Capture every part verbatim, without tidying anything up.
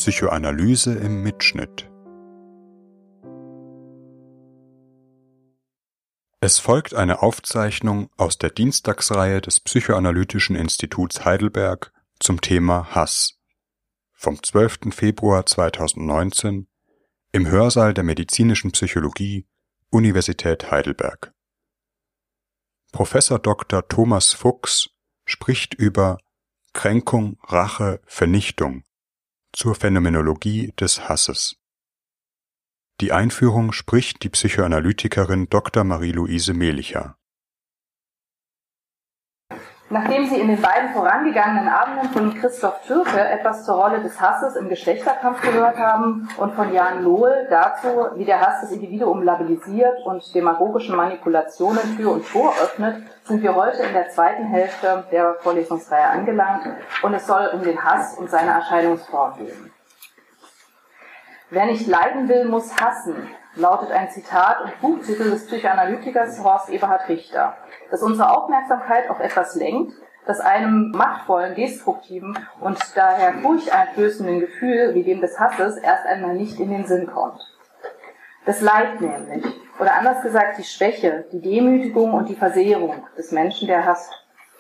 Psychoanalyse im Mitschnitt. Es folgt eine Aufzeichnung aus der Dienstagsreihe des Psychoanalytischen Instituts Heidelberg zum Thema Hass vom zwölften Februar zweitausendneunzehn im Hörsaal der Medizinischen Psychologie, Universität Heidelberg. Professor Doktor Thomas Fuchs spricht über Kränkung, Rache, Vernichtung zur Phänomenologie des Hasses. Die Einführung spricht die Psychoanalytikerin Doktor Marie-Louise Mehlicher. Nachdem Sie in den beiden vorangegangenen Abenden von Christoph Türke etwas zur Rolle des Hasses im Geschlechterkampf gehört haben und von Jan Lohl dazu, wie der Hass das Individuum labellisiert und demagogischen Manipulationen Tür und Tor öffnet, sind wir heute in der zweiten Hälfte der Vorlesungsreihe angelangt und es soll um den Hass und seine Erscheinungsform gehen. Wer nicht leiden will, muss hassen, lautet ein Zitat und Buchtitel des Psychoanalytikers Horst Eberhard Richter, das unsere Aufmerksamkeit auf etwas lenkt, das einem machtvollen, destruktiven und daher furchteinflößenden Gefühl wie dem des Hasses erst einmal nicht in den Sinn kommt. Das Leid nämlich, oder anders gesagt die Schwäche, die Demütigung und die Versehrung des Menschen, der hasst.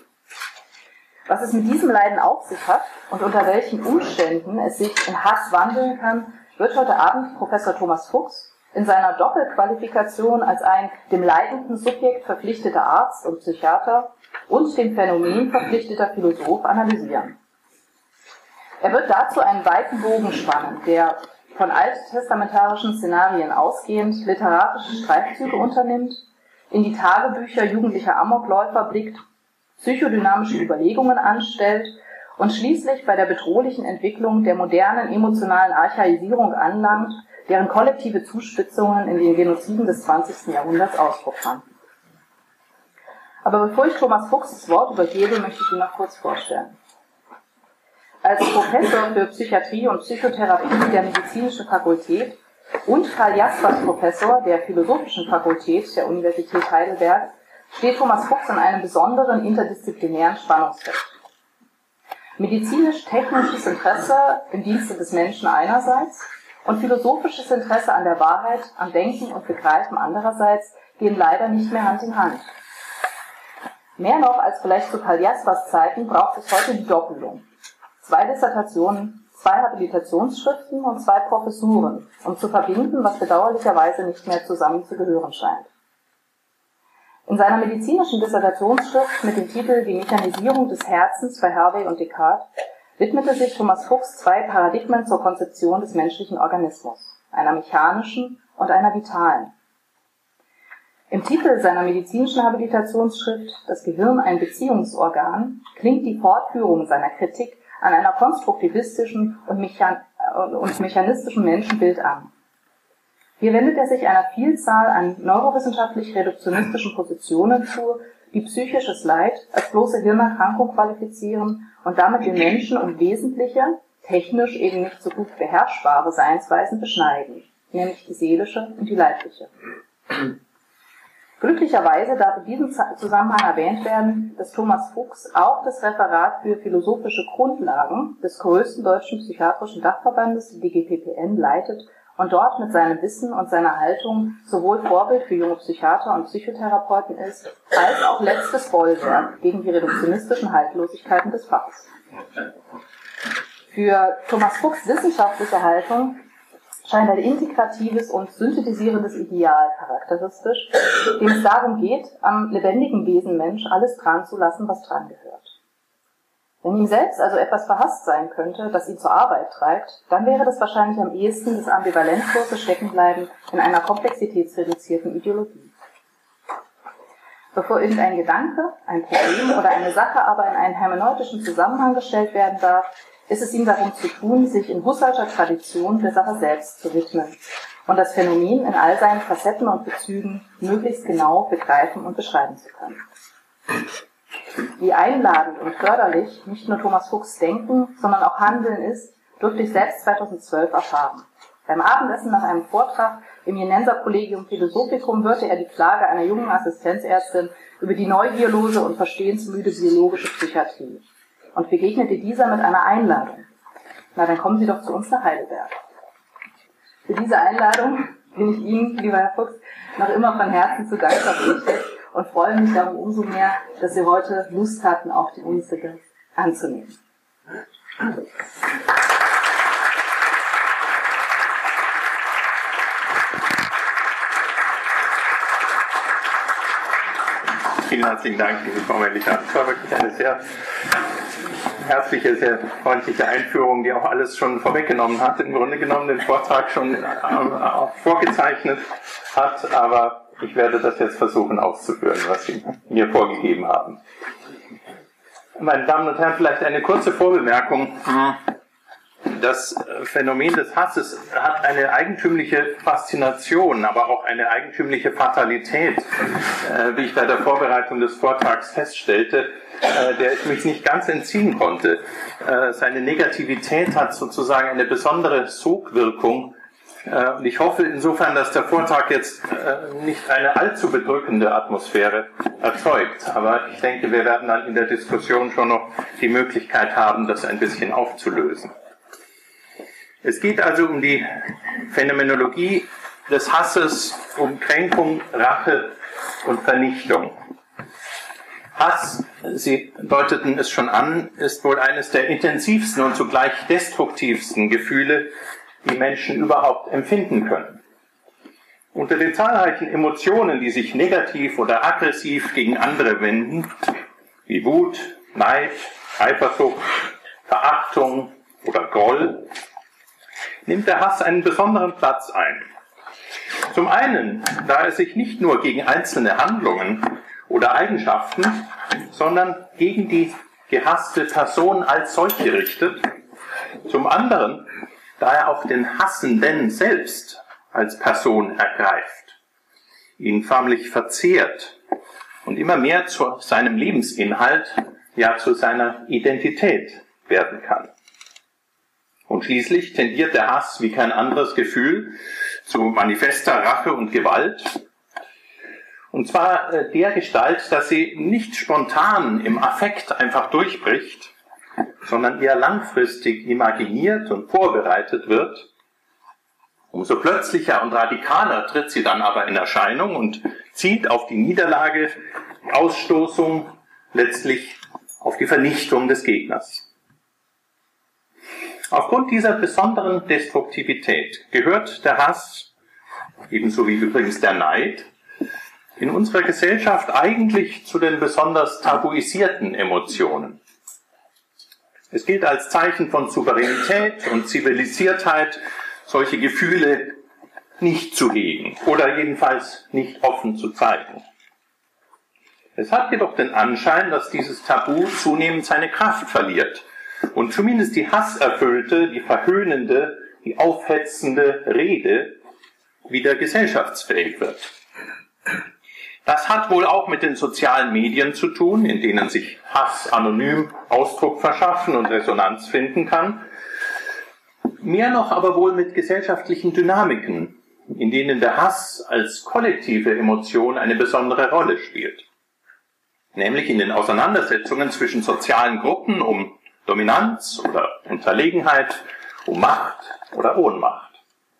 Was es mit diesem Leiden auf sich hat und unter welchen Umständen es sich in Hass wandeln kann, wird heute Abend Professor Thomas Fuchs in seiner Doppelqualifikation als ein dem leidenden Subjekt verpflichteter Arzt und Psychiater und dem Phänomen verpflichteter Philosoph analysieren. Er wird dazu einen weiten Bogen spannen, der von alttestamentarischen Szenarien ausgehend literarische Streifzüge unternimmt, in die Tagebücher jugendlicher Amokläufer blickt, psychodynamische Überlegungen anstellt und schließlich bei der bedrohlichen Entwicklung der modernen emotionalen Archaisierung anlangt, deren kollektive Zuspitzungen in den Genoziden des zwanzigsten Jahrhunderts Ausdruck fanden. Aber bevor ich Thomas Fuchs das Wort übergebe, möchte ich ihn noch kurz vorstellen. Als Professor für Psychiatrie und Psychotherapie der Medizinischen Fakultät und Karl Jaspers Professor der Philosophischen Fakultät der Universität Heidelberg steht Thomas Fuchs in einem besonderen interdisziplinären Spannungsfeld. Medizinisch-technisches Interesse im Dienste des Menschen einerseits und philosophisches Interesse an der Wahrheit, am Denken und Begreifen andererseits gehen leider nicht mehr Hand in Hand. Mehr noch als vielleicht zu Karl Jaspers Zeiten braucht es heute die Doppelung. Zwei Dissertationen, zwei Habilitationsschriften und zwei Professuren, um zu verbinden, was bedauerlicherweise nicht mehr zusammenzugehören scheint. In seiner medizinischen Dissertationsschrift mit dem Titel Die Mechanisierung des Herzens bei Harvey und Descartes widmete sich Thomas Fuchs zwei Paradigmen zur Konzeption des menschlichen Organismus, einer mechanischen und einer vitalen. Im Titel seiner medizinischen Habilitationsschrift Das Gehirn ein Beziehungsorgan klingt die Fortführung seiner Kritik an einer konstruktivistischen und, mechan- und mechanistischen Menschenbild an. Hier wendet er sich einer Vielzahl an neurowissenschaftlich-reduktionistischen Positionen zu, die psychisches Leid als bloße Hirnerkrankung qualifizieren und damit den Menschen und wesentliche, technisch eben nicht so gut beherrschbare Seinsweisen beschneiden, nämlich die seelische und die leibliche. Glücklicherweise darf in diesem Zusammenhang erwähnt werden, dass Thomas Fuchs auch das Referat für philosophische Grundlagen des größten deutschen psychiatrischen Dachverbandes, D G P P N, leitet und dort mit seinem Wissen und seiner Haltung sowohl Vorbild für junge Psychiater und Psychotherapeuten ist, als auch letztes Bollwerk gegen die reduktionistischen Haltlosigkeiten des Fachs. Für Thomas Fuchs' wissenschaftliche Haltung scheint ein integratives und synthetisierendes Ideal charakteristisch, dem es darum geht, am lebendigen Wesen Mensch alles dran zu lassen, was dran gehört. Wenn ihm selbst also etwas verhasst sein könnte, das ihn zur Arbeit treibt, dann wäre das wahrscheinlich am ehesten das ambivalentlose Steckenbleiben in einer komplexitätsreduzierten Ideologie. Bevor irgendein Gedanke, ein Problem oder eine Sache aber in einen hermeneutischen Zusammenhang gestellt werden darf, ist es ihm darum zu tun, sich in Husserlscher Tradition der Sache selbst zu widmen und das Phänomen in all seinen Facetten und Bezügen möglichst genau begreifen und beschreiben zu können. Wie einladend und förderlich nicht nur Thomas Fuchs' Denken, sondern auch Handeln ist, durfte ich selbst zweitausendzwölf erfahren. Beim Abendessen nach einem Vortrag im Jenenser Collegium Philosophicum hörte er die Klage einer jungen Assistenzärztin über die neugierlose und verstehensmüde biologische Psychiatrie und begegnete dieser mit einer Einladung. na dann kommen Sie doch zu uns nach Heidelberg. Für diese Einladung bin ich Ihnen, lieber Herr Fuchs, noch immer von Herzen zu Dank verpflichtet und freue mich darum umso mehr, dass Sie heute Lust hatten, auch die unsere anzunehmen. Vielen herzlichen Dank, liebe Frau Mellicher. Das war wirklich eine sehr herzliche, sehr freundliche Einführung, die auch alles schon vorweggenommen hat, im Grunde genommen den Vortrag schon äh, auch vorgezeichnet hat, aber ich werde das jetzt versuchen auszuführen, was Sie mir vorgegeben haben. Meine Damen und Herren, vielleicht eine kurze Vorbemerkung. Das Phänomen des Hasses hat eine eigentümliche Faszination, aber auch eine eigentümliche Fatalität, äh, wie ich bei der Vorbereitung des Vortrags feststellte, äh, der ich mich nicht ganz entziehen konnte. Äh, seine Negativität hat sozusagen eine besondere Sogwirkung. Äh, und ich hoffe insofern, dass der Vortrag jetzt äh, nicht eine allzu bedrückende Atmosphäre erzeugt. Aber ich denke, wir werden dann in der Diskussion schon noch die Möglichkeit haben, das ein bisschen aufzulösen. Es geht also um die Phänomenologie des Hasses, um Kränkung, Rache und Vernichtung. Hass, Sie deuteten es schon an, ist wohl eines der intensivsten und zugleich destruktivsten Gefühle, die Menschen überhaupt empfinden können. Unter den zahlreichen Emotionen, die sich negativ oder aggressiv gegen andere wenden, wie Wut, Neid, Eifersucht, Verachtung oder Groll, nimmt der Hass einen besonderen Platz ein. Zum einen, da er sich nicht nur gegen einzelne Handlungen oder Eigenschaften, sondern gegen die gehasste Person als solche richtet. Zum anderen, da er auch den Hassenden selbst als Person ergreift, ihn förmlich verzehrt und immer mehr zu seinem Lebensinhalt, ja zu seiner Identität werden kann. Und schließlich tendiert der Hass wie kein anderes Gefühl zu manifester Rache und Gewalt. Und zwar äh, der Gestalt, dass sie nicht spontan im Affekt einfach durchbricht, sondern eher langfristig imaginiert und vorbereitet wird. Umso plötzlicher und radikaler tritt sie dann aber in Erscheinung und zielt auf die Niederlage, die Ausstoßung, letztlich auf die Vernichtung des Gegners. Aufgrund dieser besonderen Destruktivität gehört der Hass, ebenso wie übrigens der Neid, in unserer Gesellschaft eigentlich zu den besonders tabuisierten Emotionen. Es gilt als Zeichen von Souveränität und Zivilisiertheit, solche Gefühle nicht zu hegen oder jedenfalls nicht offen zu zeigen. Es hat jedoch den Anschein, dass dieses Tabu zunehmend seine Kraft verliert und zumindest die hasserfüllte, die verhöhnende, die aufhetzende Rede wieder gesellschaftsfähig wird. Das hat wohl auch mit den sozialen Medien zu tun, in denen sich Hass anonym Ausdruck verschaffen und Resonanz finden kann. Mehr noch aber wohl mit gesellschaftlichen Dynamiken, in denen der Hass als kollektive Emotion eine besondere Rolle spielt. Nämlich in den Auseinandersetzungen zwischen sozialen Gruppen um Dominanz oder Unterlegenheit, um Macht oder Ohnmacht.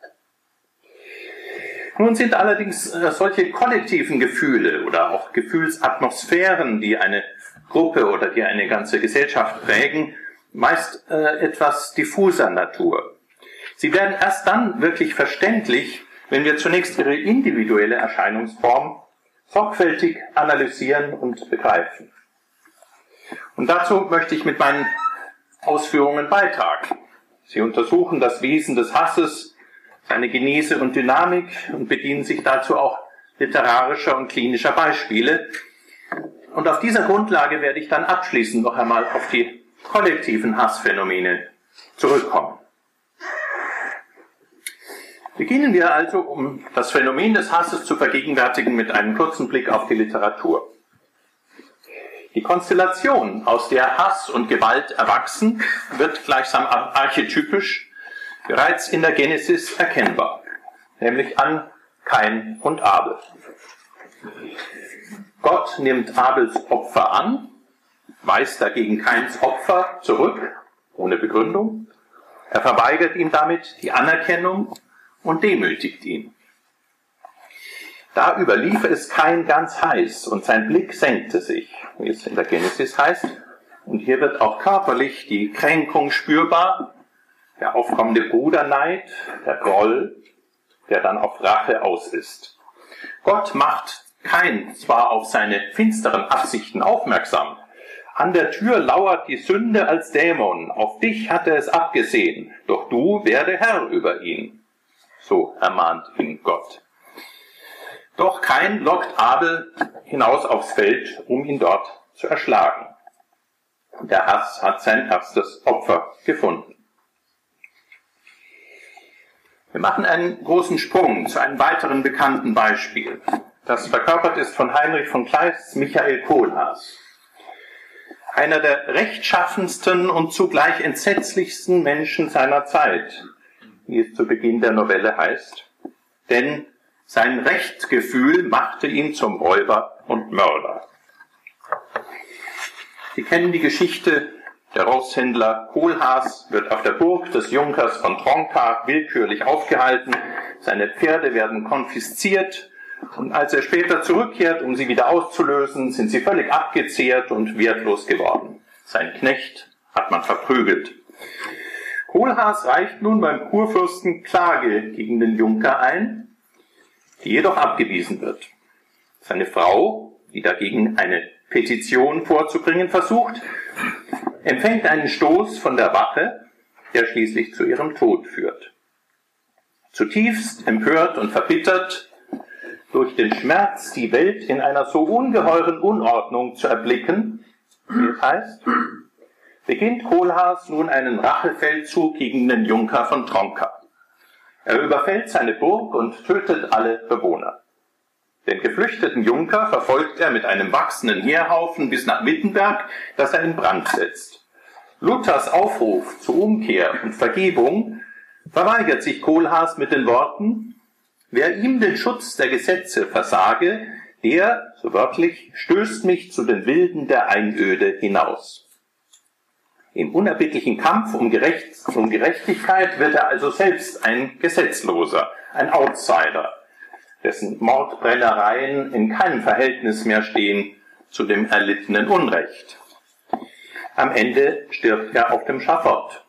Nun sind allerdings solche kollektiven Gefühle oder auch Gefühlsatmosphären, die eine Gruppe oder die eine ganze Gesellschaft prägen, meist äh, etwas diffuser Natur. Sie werden erst dann wirklich verständlich, wenn wir zunächst ihre individuelle Erscheinungsform sorgfältig analysieren und begreifen. Und dazu möchte ich mit meinen Ausführungen beitragen. Sie untersuchen das Wesen des Hasses, seine Genese und Dynamik und bedienen sich dazu auch literarischer und klinischer Beispiele. Und auf dieser Grundlage werde ich dann abschließend noch einmal auf die kollektiven Hassphänomene zurückkommen. Beginnen wir also, um das Phänomen des Hasses zu vergegenwärtigen, mit einem kurzen Blick auf die Literatur. Die Konstellation, aus der Hass und Gewalt erwachsen, wird gleichsam archetypisch bereits in der Genesis erkennbar, nämlich an Kain und Abel. Gott nimmt Abels Opfer an, weist dagegen Kains Opfer zurück, ohne Begründung, Er verweigert ihm damit die Anerkennung und demütigt ihn. Da überlief es Kain ganz heiß und sein Blick senkte sich, wie es in der Genesis heißt. Und hier wird auch körperlich die Kränkung spürbar, der aufkommende Bruderneid, der Groll, der dann auf Rache aus ist. Gott macht Kain zwar auf seine finsteren Absichten aufmerksam, an der Tür lauert die Sünde als Dämon, auf dich hat er es abgesehen, doch du werde Herr über ihn. So ermahnt ihn Gott. Doch Kain lockt Abel hinaus aufs Feld, um ihn dort zu erschlagen. Der Hass hat sein erstes Opfer gefunden. Wir machen einen großen Sprung zu einem weiteren bekannten Beispiel, das verkörpert ist von Heinrich von Kleists Michael Kohlhaas. Einer der rechtschaffensten und zugleich entsetzlichsten Menschen seiner Zeit, wie es zu Beginn der Novelle heißt, denn sein Rechtsgefühl machte ihn zum Räuber und Mörder. Sie kennen die Geschichte. Der Roshändler Kohlhaas wird auf der Burg des Junkers von Tronka willkürlich aufgehalten, seine Pferde werden konfisziert und als er später zurückkehrt, um sie wieder auszulösen, sind sie völlig abgezehrt und wertlos geworden. Sein Knecht hat man verprügelt. Kohlhaas reicht nun beim Kurfürsten Klage gegen den Junker ein, die jedoch abgewiesen wird. Seine Frau, die dagegen eine Petition vorzubringen versucht, empfängt einen Stoß von der Wache, der schließlich zu ihrem Tod führt. Zutiefst empört und verbittert, durch den Schmerz die Welt in einer so ungeheuren Unordnung zu erblicken, wie es heißt, beginnt Kohlhaas nun einen Rachefeldzug gegen den Junker von Tronka. Er überfällt seine Burg und tötet alle Bewohner. Den geflüchteten Junker verfolgt er mit einem wachsenden Heerhaufen bis nach Wittenberg, das er in Brand setzt. Luthers Aufruf zur Umkehr und Vergebung verweigert sich Kohlhaas mit den Worten: Wer ihm den Schutz der Gesetze versage, der, so wörtlich, stößt mich zu den Wilden der Einöde hinaus. Im unerbittlichen Kampf um, Gerecht, um Gerechtigkeit wird er also selbst ein Gesetzloser, ein Outsider, dessen Mordbrennereien in keinem Verhältnis mehr stehen zu dem erlittenen Unrecht. Am Ende stirbt er auf dem Schafott.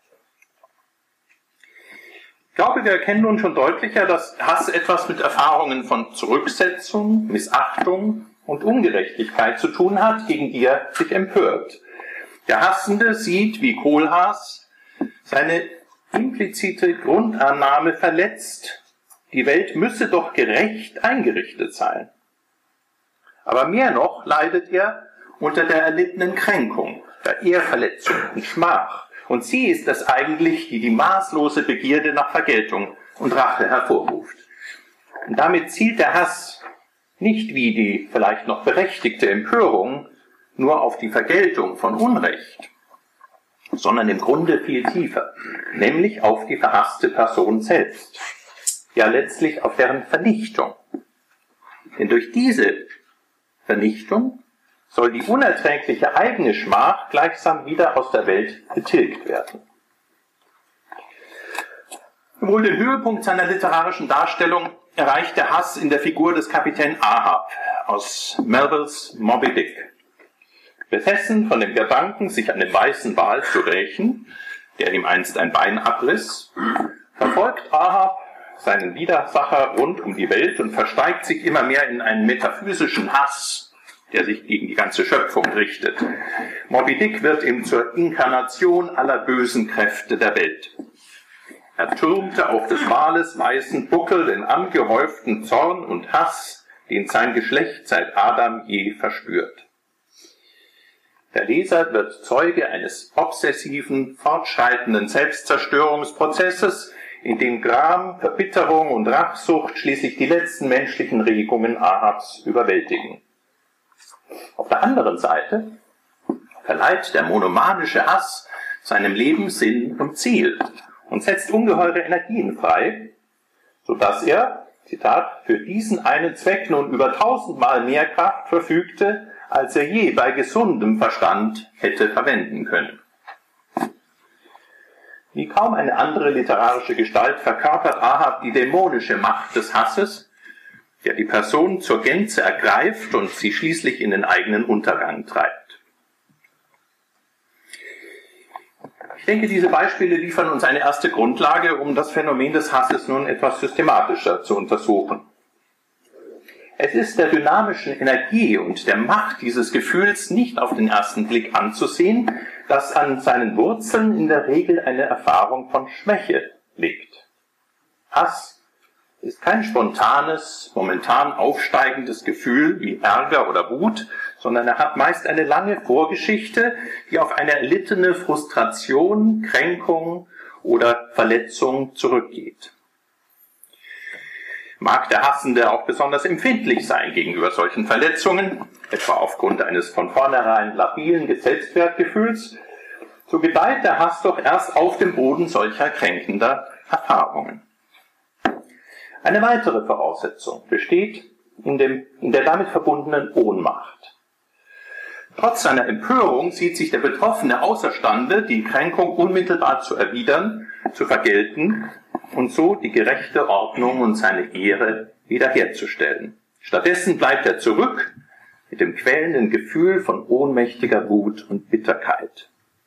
Ich glaube, wir erkennen nun schon deutlicher, dass Hass etwas mit Erfahrungen von Zurücksetzung, Missachtung und Ungerechtigkeit zu tun hat, gegen die er sich empört. Der Hassende sieht, wie Kohlhaas, seine implizite Grundannahme verletzt, die Welt müsse doch gerecht eingerichtet sein. Aber mehr noch leidet er unter der erlittenen Kränkung, der Ehrverletzung und Schmach. Und sie ist es eigentlich, die die maßlose Begierde nach Vergeltung und Rache hervorruft. Und damit zielt der Hass nicht wie die vielleicht noch berechtigte Empörung nur auf die Vergeltung von Unrecht, sondern im Grunde viel tiefer, nämlich auf die verhasste Person selbst. Ja, letztlich auf deren Vernichtung. Denn durch diese Vernichtung soll die unerträgliche eigene Schmach gleichsam wieder aus der Welt getilgt werden. Wohl den Höhepunkt seiner literarischen Darstellung erreicht der Hass in der Figur des Kapitän Ahab aus Melvilles Moby Dick. Besessen von dem Gedanken, sich an dem weißen Wal zu rächen, der ihm einst ein Bein abriss, verfolgt Ahab seinen Widersacher rund um die Welt und versteigt sich immer mehr in einen metaphysischen Hass, der sich gegen die ganze Schöpfung richtet. Moby Dick wird ihm zur Inkarnation aller bösen Kräfte der Welt. Er türmte auf des Wales weißen Buckel den angehäuften Zorn und Hass, den sein Geschlecht seit Adam je verspürt. Der Leser wird Zeuge eines obsessiven, fortschreitenden Selbstzerstörungsprozesses, in dem Gram, Verbitterung und Rachsucht schließlich die letzten menschlichen Regungen Ahabs überwältigen. Auf der anderen Seite verleiht der monomanische Hass seinem Leben Sinn und Ziel und setzt ungeheure Energien frei, sodass er, Zitat, für diesen einen Zweck nun über tausendmal mehr Kraft verfügte, als er je bei gesundem Verstand hätte verwenden können. Wie kaum eine andere literarische Gestalt verkörpert Ahab die dämonische Macht des Hasses, der die Person zur Gänze ergreift und sie schließlich in den eigenen Untergang treibt. Ich denke, diese Beispiele liefern uns eine erste Grundlage, um das Phänomen des Hasses nun etwas systematischer zu untersuchen. Es ist der dynamischen Energie und der Macht dieses Gefühls nicht auf den ersten Blick anzusehen, dass an seinen Wurzeln in der Regel eine Erfahrung von Schwäche liegt. Hass ist kein spontanes, momentan aufsteigendes Gefühl wie Ärger oder Wut, sondern er hat meist eine lange Vorgeschichte, die auf eine erlittene Frustration, Kränkung oder Verletzung zurückgeht. Mag der Hassende auch besonders empfindlich sein gegenüber solchen Verletzungen, etwa aufgrund eines von vornherein labilen Selbstwertgefühls, so gedeiht der Hass doch erst auf dem Boden solcher kränkender Erfahrungen. Eine weitere Voraussetzung besteht in, dem, in der damit verbundenen Ohnmacht. Trotz seiner Empörung sieht sich der Betroffene außerstande, die Kränkung unmittelbar zu erwidern, zu vergelten und so die gerechte Ordnung und seine Ehre wiederherzustellen. Stattdessen bleibt er zurück mit dem quälenden Gefühl von ohnmächtiger Wut und Bitterkeit.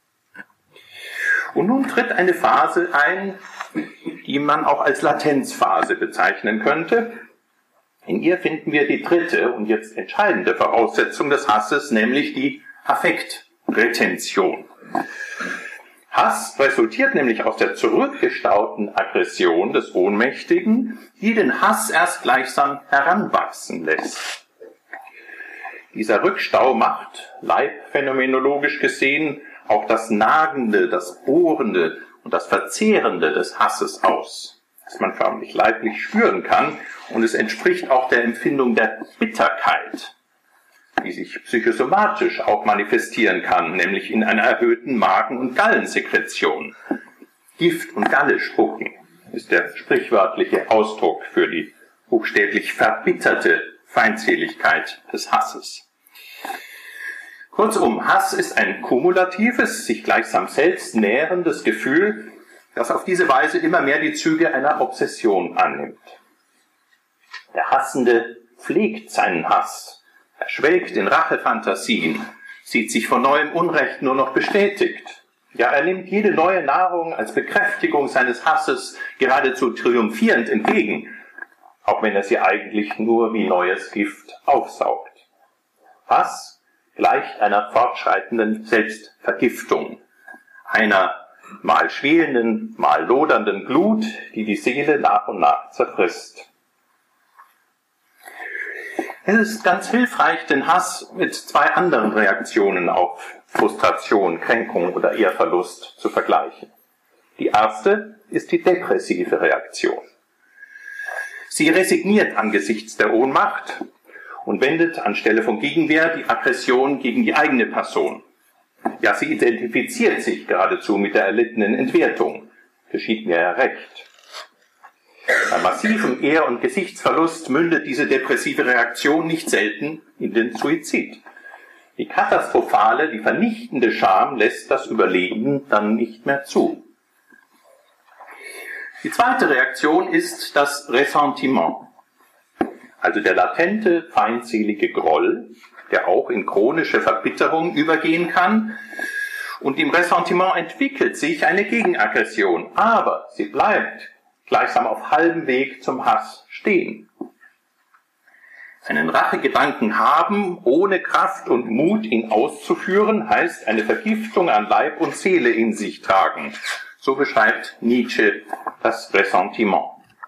Und nun tritt eine Phase ein, die man auch als Latenzphase bezeichnen könnte. In ihr finden wir die dritte und jetzt entscheidende Voraussetzung des Hasses, nämlich die Affektretention. Hass resultiert nämlich aus der zurückgestauten Aggression des Ohnmächtigen, die den Hass erst gleichsam heranwachsen lässt. Dieser Rückstau macht, leibphänomenologisch gesehen, auch das Nagende, das Bohrende und das Verzehrende des Hasses aus, das man förmlich leiblich spüren kann, und es entspricht auch der Empfindung der Bitterkeit, die sich psychosomatisch auch manifestieren kann, nämlich in einer erhöhten Magen- und Gallensekretion. Gift und Galle spucken ist der sprichwörtliche Ausdruck für die buchstäblich verbitterte Feindseligkeit des Hasses. Kurzum, Hass ist ein kumulatives, sich gleichsam selbst nährendes Gefühl, das auf diese Weise immer mehr die Züge einer Obsession annimmt. Der Hassende pflegt seinen Hass, er schwelgt in Rachefantasien, sieht sich von neuem Unrecht nur noch bestätigt. Ja, er nimmt jede neue Nahrung als Bekräftigung seines Hasses geradezu triumphierend entgegen, auch wenn er sie eigentlich nur wie neues Gift aufsaugt. Hass gleicht einer fortschreitenden Selbstvergiftung, einer mal schwelenden, mal lodernden Glut, die die Seele nach und nach zerfrisst. Es ist ganz hilfreich, den Hass mit zwei anderen Reaktionen auf Frustration, Kränkung oder Ehrverlust zu vergleichen. Die erste ist die depressive Reaktion. Sie resigniert angesichts der Ohnmacht und wendet anstelle von Gegenwehr die Aggression gegen die eigene Person. Ja, sie identifiziert sich geradezu mit der erlittenen Entwertung. Geschieht mir ja recht. Bei massivem Ehr- und Gesichtsverlust mündet diese depressive Reaktion nicht selten in den Suizid. Die katastrophale, die vernichtende Scham lässt das Überleben dann nicht mehr zu. Die zweite Reaktion ist das Ressentiment, also der latente, feindselige Groll, der auch in chronische Verbitterung übergehen kann. Und im Ressentiment entwickelt sich eine Gegenaggression, aber sie bleibt gleichsam auf halbem Weg zum Hass stehen. Einen Rachegedanken haben, ohne Kraft und Mut, ihn auszuführen, heißt eine Vergiftung an Leib und Seele in sich tragen. So beschreibt Nietzsche das Ressentiment.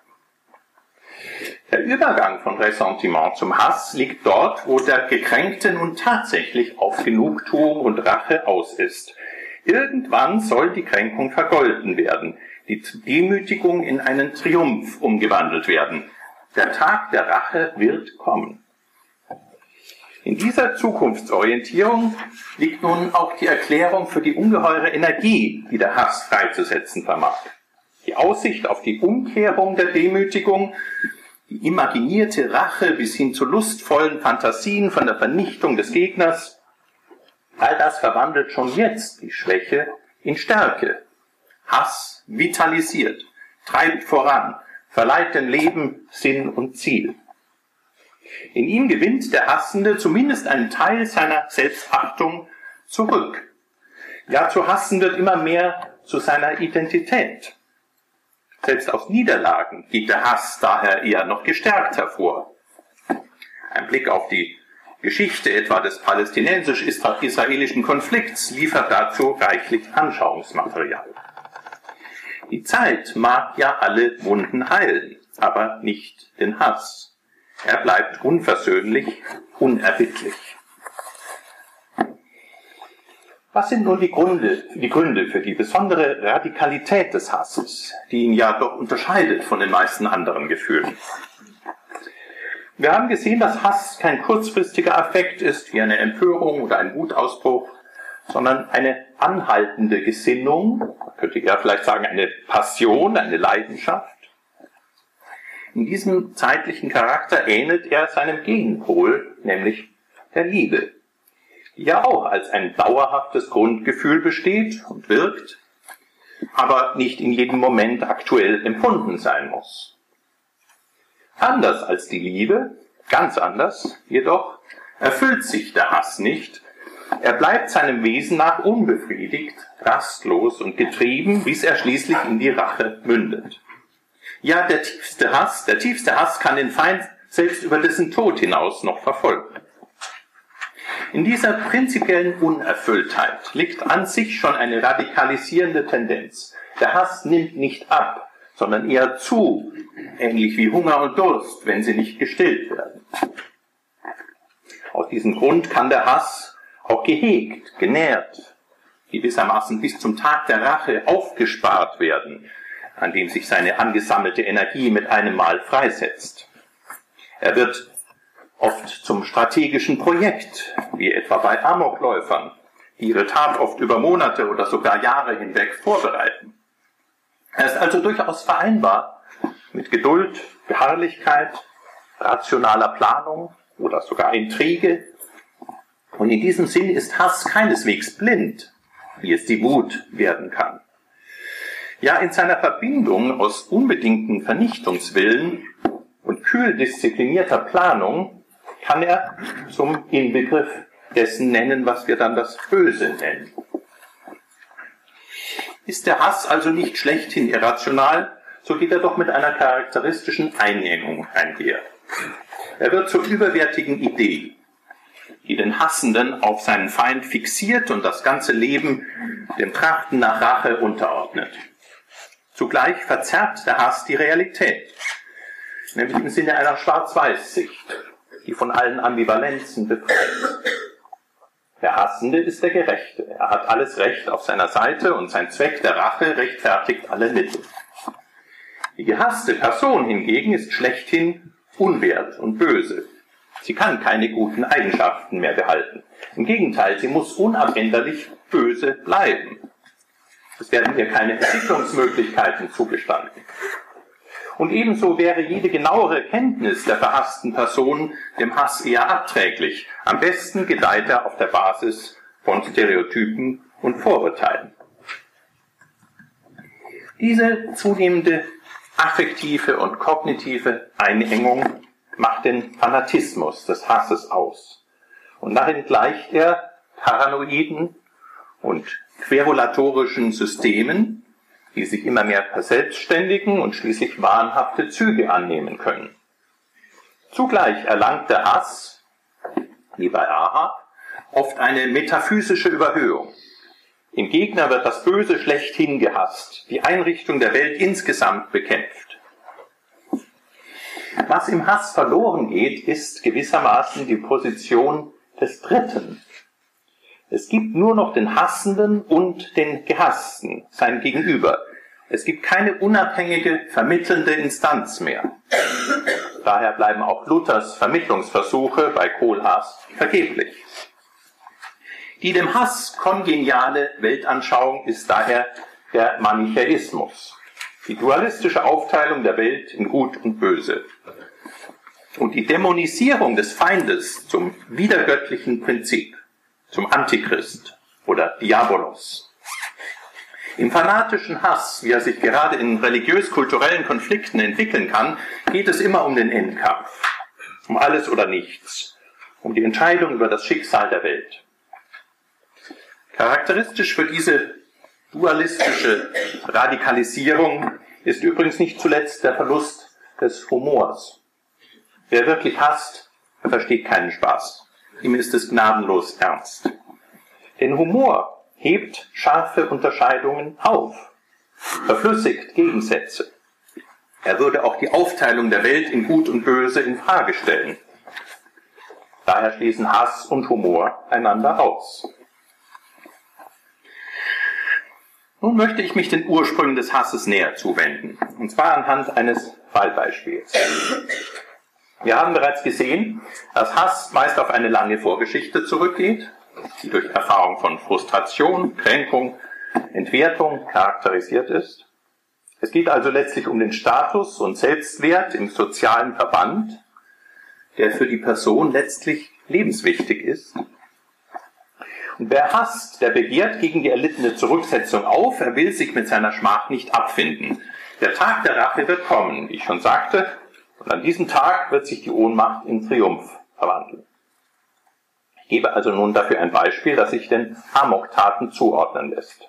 Der Übergang von Ressentiment zum Hass liegt dort, wo der Gekränkte nun tatsächlich auf Genugtuung und Rache aus ist. Irgendwann soll die Kränkung vergolten werden, die Demütigung in einen Triumph umgewandelt werden. Der Tag der Rache wird kommen. In dieser Zukunftsorientierung liegt nun auch die Erklärung für die ungeheure Energie, die der Hass freizusetzen vermag. Die Aussicht auf die Umkehrung der Demütigung, die imaginierte Rache bis hin zu lustvollen Fantasien von der Vernichtung des Gegners, all das verwandelt schon jetzt die Schwäche in Stärke. Hass vitalisiert, treibt voran, verleiht dem Leben Sinn und Ziel. In ihm gewinnt der Hassende zumindest einen Teil seiner Selbstachtung zurück. Ja, zu hassen wird immer mehr zu seiner Identität. Selbst aus Niederlagen geht der Hass daher eher noch gestärkt hervor. Ein Blick auf die Geschichte etwa des palästinensisch-israelischen Konflikts liefert dazu reichlich Anschauungsmaterial. Die Zeit mag ja alle Wunden heilen, aber nicht den Hass. Er bleibt unversöhnlich, unerbittlich. Was sind nun die Gründe, die Gründe für die besondere Radikalität des Hasses, die ihn ja doch unterscheidet von den meisten anderen Gefühlen? Wir haben gesehen, dass Hass kein kurzfristiger Affekt ist, wie eine Empörung oder ein Wutausbruch, sondern eine anhaltende Gesinnung, man könnte eher vielleicht sagen eine Passion, eine Leidenschaft. In diesem zeitlichen Charakter ähnelt er seinem Gegenpol, nämlich der Liebe, die ja auch als ein dauerhaftes Grundgefühl besteht und wirkt, aber nicht in jedem Moment aktuell empfunden sein muss. Anders als die Liebe, ganz anders, jedoch erfüllt sich der Hass nicht. Er bleibt seinem Wesen nach unbefriedigt, rastlos und getrieben, bis er schließlich in die Rache mündet. Ja, der tiefste Hass, der tiefste Hass kann den Feind selbst über dessen Tod hinaus noch verfolgen. In dieser prinzipiellen Unerfülltheit liegt an sich schon eine radikalisierende Tendenz. Der Hass nimmt nicht ab, sondern eher zu, ähnlich wie Hunger und Durst, wenn sie nicht gestillt werden. Aus diesem Grund kann der Hass auch gehegt, genährt, gewissermaßen bis zum Tag der Rache aufgespart werden, an dem sich seine angesammelte Energie mit einem Mal freisetzt. Er wird oft zum strategischen Projekt, wie etwa bei Amokläufern, die ihre Tat oft über Monate oder sogar Jahre hinweg vorbereiten. Er ist also durchaus vereinbar mit Geduld, Beharrlichkeit, rationaler Planung oder sogar Intrige. Und in diesem Sinn ist Hass keineswegs blind, wie es die Wut werden kann. Ja, in seiner Verbindung aus unbedingten Vernichtungswillen und kühl disziplinierter Planung kann er zum Inbegriff dessen nennen, was wir dann das Böse nennen. Ist der Hass also nicht schlechthin irrational, so geht er doch mit einer charakteristischen Einengung einher. Er wird zur überwärtigen Idee, die den Hassenden auf seinen Feind fixiert und das ganze Leben dem Trachten nach Rache unterordnet. Zugleich verzerrt der Hass die Realität, nämlich im Sinne einer Schwarz-Weiß-Sicht, die von allen Ambivalenzen befreit. Der Hassende ist der Gerechte. Er hat alles Recht auf seiner Seite und sein Zweck der Rache rechtfertigt alle Mittel. Die gehasste Person hingegen ist schlechthin unwert und böse. Sie kann keine guten Eigenschaften mehr behalten. Im Gegenteil, sie muss unabänderlich böse bleiben. Es werden ihr keine Entwicklungsmöglichkeiten zugestanden. Und ebenso wäre jede genauere Kenntnis der verhassten Person dem Hass eher abträglich. Am besten gedeiht er auf der Basis von Stereotypen und Vorurteilen. Diese zunehmende affektive und kognitive Einengung macht den Fanatismus des Hasses aus. Und darin gleicht er paranoiden und querulatorischen Systemen, die sich immer mehr verselbstständigen und schließlich wahnhafte Züge annehmen können. Zugleich erlangt der Hass, wie bei Ahab, oft eine metaphysische Überhöhung. Im Gegner wird das Böse schlechthin gehasst, die Einrichtung der Welt insgesamt bekämpft. Was im Hass verloren geht, ist gewissermaßen die Position des Dritten. Es gibt nur noch den Hassenden und den Gehassten, sein Gegenüber. Es gibt keine unabhängige, vermittelnde Instanz mehr. Daher bleiben auch Luthers Vermittlungsversuche bei Kohlhaas vergeblich. Die dem Hass kongeniale Weltanschauung ist daher der Manichäismus, die dualistische Aufteilung der Welt in Gut und Böse. Und die Dämonisierung des Feindes zum widergöttlichen Prinzip, zum Antichrist oder Diabolos. Im fanatischen Hass, wie er sich gerade in religiös-kulturellen Konflikten entwickeln kann, geht es immer um den Endkampf, um alles oder nichts, um die Entscheidung über das Schicksal der Welt. Charakteristisch für diese dualistische Radikalisierung ist übrigens nicht zuletzt der Verlust des Humors. Wer wirklich hasst, der versteht keinen Spaß. Ihm ist es gnadenlos ernst. Denn Humor hebt scharfe Unterscheidungen auf, verflüssigt Gegensätze. Er würde auch die Aufteilung der Welt in Gut und Böse in Frage stellen. Daher schließen Hass und Humor einander aus. Nun möchte ich mich den Ursprüngen des Hasses näher zuwenden, und zwar anhand eines Fallbeispiels. Wir haben bereits gesehen, dass Hass meist auf eine lange Vorgeschichte zurückgeht, die durch Erfahrung von Frustration, Kränkung, Entwertung charakterisiert ist. Es geht also letztlich um den Status und Selbstwert im sozialen Verband, der für die Person letztlich lebenswichtig ist. Und wer hasst, der begehrt gegen die erlittene Zurücksetzung auf, er will sich mit seiner Schmach nicht abfinden. Der Tag der Rache wird kommen, wie ich schon sagte, und an diesem Tag wird sich die Ohnmacht in Triumph verwandeln. Ich gebe also nun dafür ein Beispiel, das sich den Amoktaten zuordnen lässt.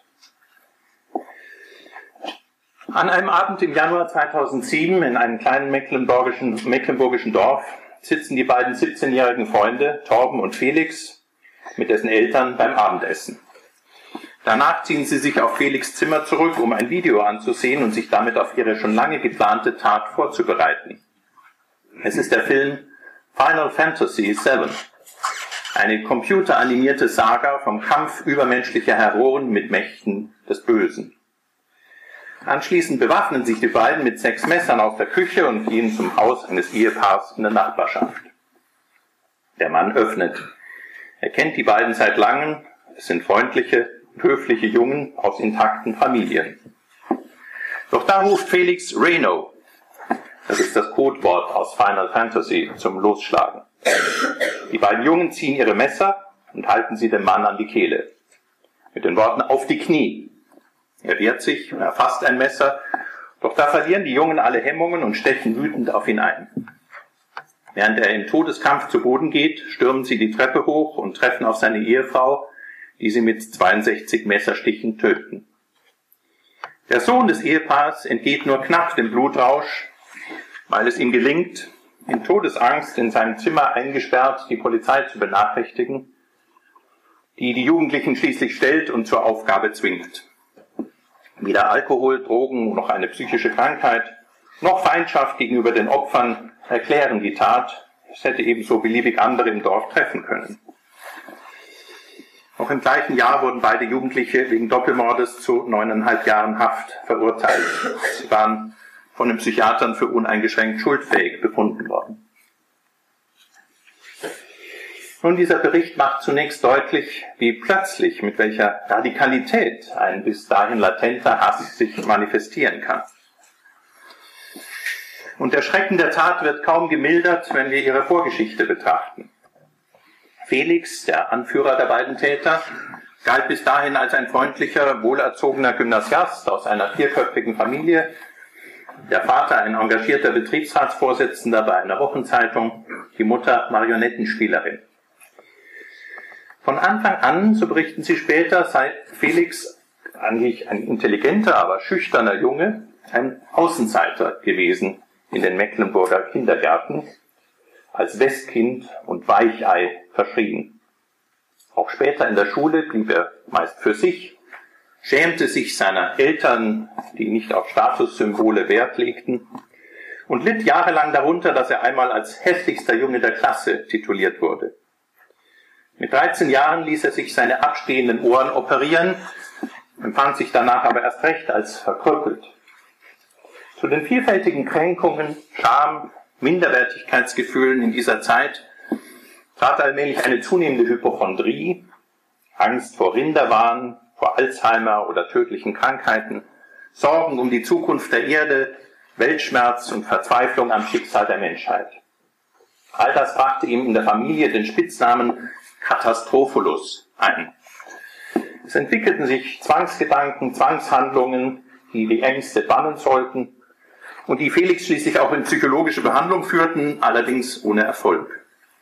An einem Abend im Januar zweitausendsieben in einem kleinen mecklenburgischen, mecklenburgischen Dorf sitzen die beiden siebzehnjährigen Freunde, Torben und Felix, mit dessen Eltern beim Abendessen. Danach ziehen sie sich auf Felix' Zimmer zurück, um ein Video anzusehen und sich damit auf ihre schon lange geplante Tat vorzubereiten. Es ist der Film Final Fantasy sieben, eine computeranimierte Saga vom Kampf übermenschlicher Heroen mit Mächten des Bösen. Anschließend bewaffnen sich die beiden mit sechs Messern aus der Küche und fliehen zum Haus eines Ehepaars in der Nachbarschaft. Der Mann öffnet. Er kennt die beiden seit langem. Es sind freundliche, höfliche Jungen aus intakten Familien. Doch da ruft Felix Reno. Das ist das Codewort aus Final Fantasy zum Losschlagen. Die beiden Jungen ziehen ihre Messer und halten sie dem Mann an die Kehle. Mit den Worten auf die Knie. Er wehrt sich und erfasst ein Messer, doch da verlieren die Jungen alle Hemmungen und stechen wütend auf ihn ein. Während er im Todeskampf zu Boden geht, stürmen sie die Treppe hoch und treffen auf seine Ehefrau, die sie mit zweiundsechzig Messerstichen töten. Der Sohn des Ehepaars entgeht nur knapp dem Blutrausch, weil es ihm gelingt, in Todesangst in seinem Zimmer eingesperrt die Polizei zu benachrichtigen, die die Jugendlichen schließlich stellt und zur Aufgabe zwingt. Weder Alkohol, Drogen, noch eine psychische Krankheit, noch Feindschaft gegenüber den Opfern erklären die Tat. Es hätte ebenso beliebig andere im Dorf treffen können. Noch im gleichen Jahr wurden beide Jugendliche wegen Doppelmordes zu neuneinhalb Jahren Haft verurteilt. Sie waren von den Psychiatern für uneingeschränkt schuldfähig befunden worden. Nun, dieser Bericht macht zunächst deutlich, wie plötzlich, mit welcher Radikalität ein bis dahin latenter Hass sich manifestieren kann. Und der Schrecken der Tat wird kaum gemildert, wenn wir ihre Vorgeschichte betrachten. Felix, der Anführer der beiden Täter, galt bis dahin als ein freundlicher, wohlerzogener Gymnasiast aus einer vierköpfigen Familie. Der Vater ein engagierter Betriebsratsvorsitzender bei einer Wochenzeitung, die Mutter Marionettenspielerin. Von Anfang an, so berichten sie später, sei Felix eigentlich ein intelligenter, aber schüchterner Junge, ein Außenseiter gewesen in den Mecklenburger Kindergärten, als Westkind und Weichei verschrien. Auch später in der Schule blieb er meist für sich, schämte sich seiner Eltern, die nicht auf Statussymbole Wert legten, und litt jahrelang darunter, dass er einmal als hässlichster Junge der Klasse tituliert wurde. Mit dreizehn Jahren ließ er sich seine abstehenden Ohren operieren, empfand sich danach aber erst recht als verkrüppelt. Zu den vielfältigen Kränkungen, Scham, Minderwertigkeitsgefühlen in dieser Zeit trat allmählich eine zunehmende Hypochondrie, Angst vor Rinderwahn, vor Alzheimer oder tödlichen Krankheiten, Sorgen um die Zukunft der Erde, Weltschmerz und Verzweiflung am Schicksal der Menschheit. All das brachte ihm in der Familie den Spitznamen Katastropholus ein. Es entwickelten sich Zwangsgedanken, Zwangshandlungen, die die Ängste bannen sollten und die Felix schließlich auch in psychologische Behandlung führten, allerdings ohne Erfolg.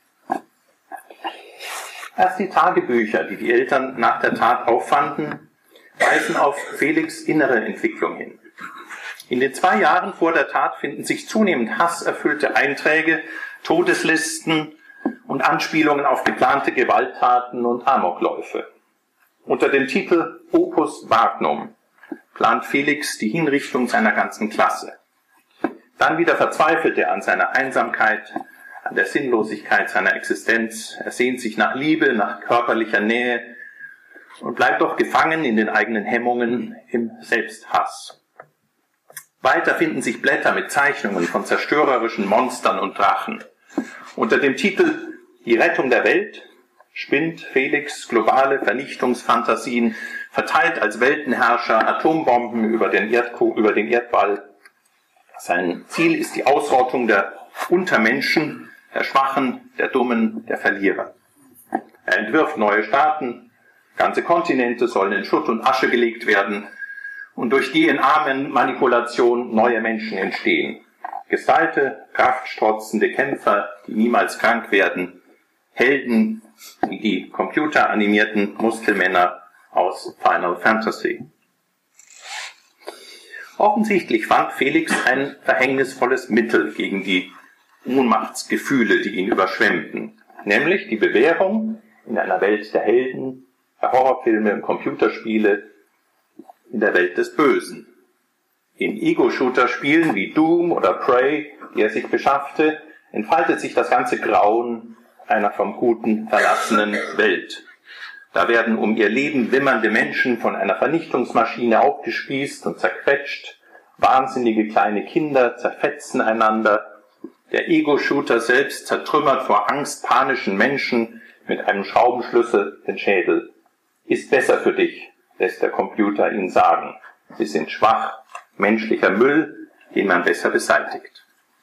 Erst die Tagebücher, die die Eltern nach der Tat auffanden, weisen auf Felix' innere Entwicklung hin. In den zwei Jahren vor der Tat finden sich zunehmend hasserfüllte Einträge, Todeslisten und Anspielungen auf geplante Gewalttaten und Amokläufe. Unter dem Titel Opus Magnum plant Felix die Hinrichtung seiner ganzen Klasse. Dann wieder verzweifelt er an seiner Einsamkeit, an der Sinnlosigkeit seiner Existenz. Er sehnt sich nach Liebe, nach körperlicher Nähe und bleibt doch gefangen in den eigenen Hemmungen im Selbsthass. Weiter finden sich Blätter mit Zeichnungen von zerstörerischen Monstern und Drachen. Unter dem Titel Die Rettung der Welt spinnt Felix globale Vernichtungsfantasien, verteilt als Weltenherrscher Atombomben über den, Erdko- über den Erdball. Sein Ziel ist die Ausrottung der Untermenschen, der Schwachen, der Dummen, der Verlierer. Er entwirft neue Staaten, ganze Kontinente sollen in Schutt und Asche gelegt werden und durch D N A-Manipulation neue Menschen entstehen. Gestylte, kraftstrotzende Kämpfer, die niemals krank werden, Helden wie die computeranimierten Muskelmänner aus Final Fantasy. Offensichtlich fand Felix ein verhängnisvolles Mittel gegen die Ohnmachtsgefühle, die ihn überschwemmten, nämlich die Bewährung in einer Welt der Helden, der Horrorfilme und Computerspiele, in der Welt des Bösen. In Ego-Shooter-Spielen wie Doom oder Prey, die er sich beschaffte, entfaltet sich das ganze Grauen einer vom Guten verlassenen Welt. Da werden um ihr Leben wimmernde Menschen von einer Vernichtungsmaschine aufgespießt und zerquetscht. Wahnsinnige kleine Kinder zerfetzen einander. Der Ego-Shooter selbst zertrümmert vor Angst panischen Menschen mit einem Schraubenschlüssel den Schädel. Ist besser für dich, lässt der Computer ihn sagen. Sie sind schwach, menschlicher Müll, den man besser beseitigt.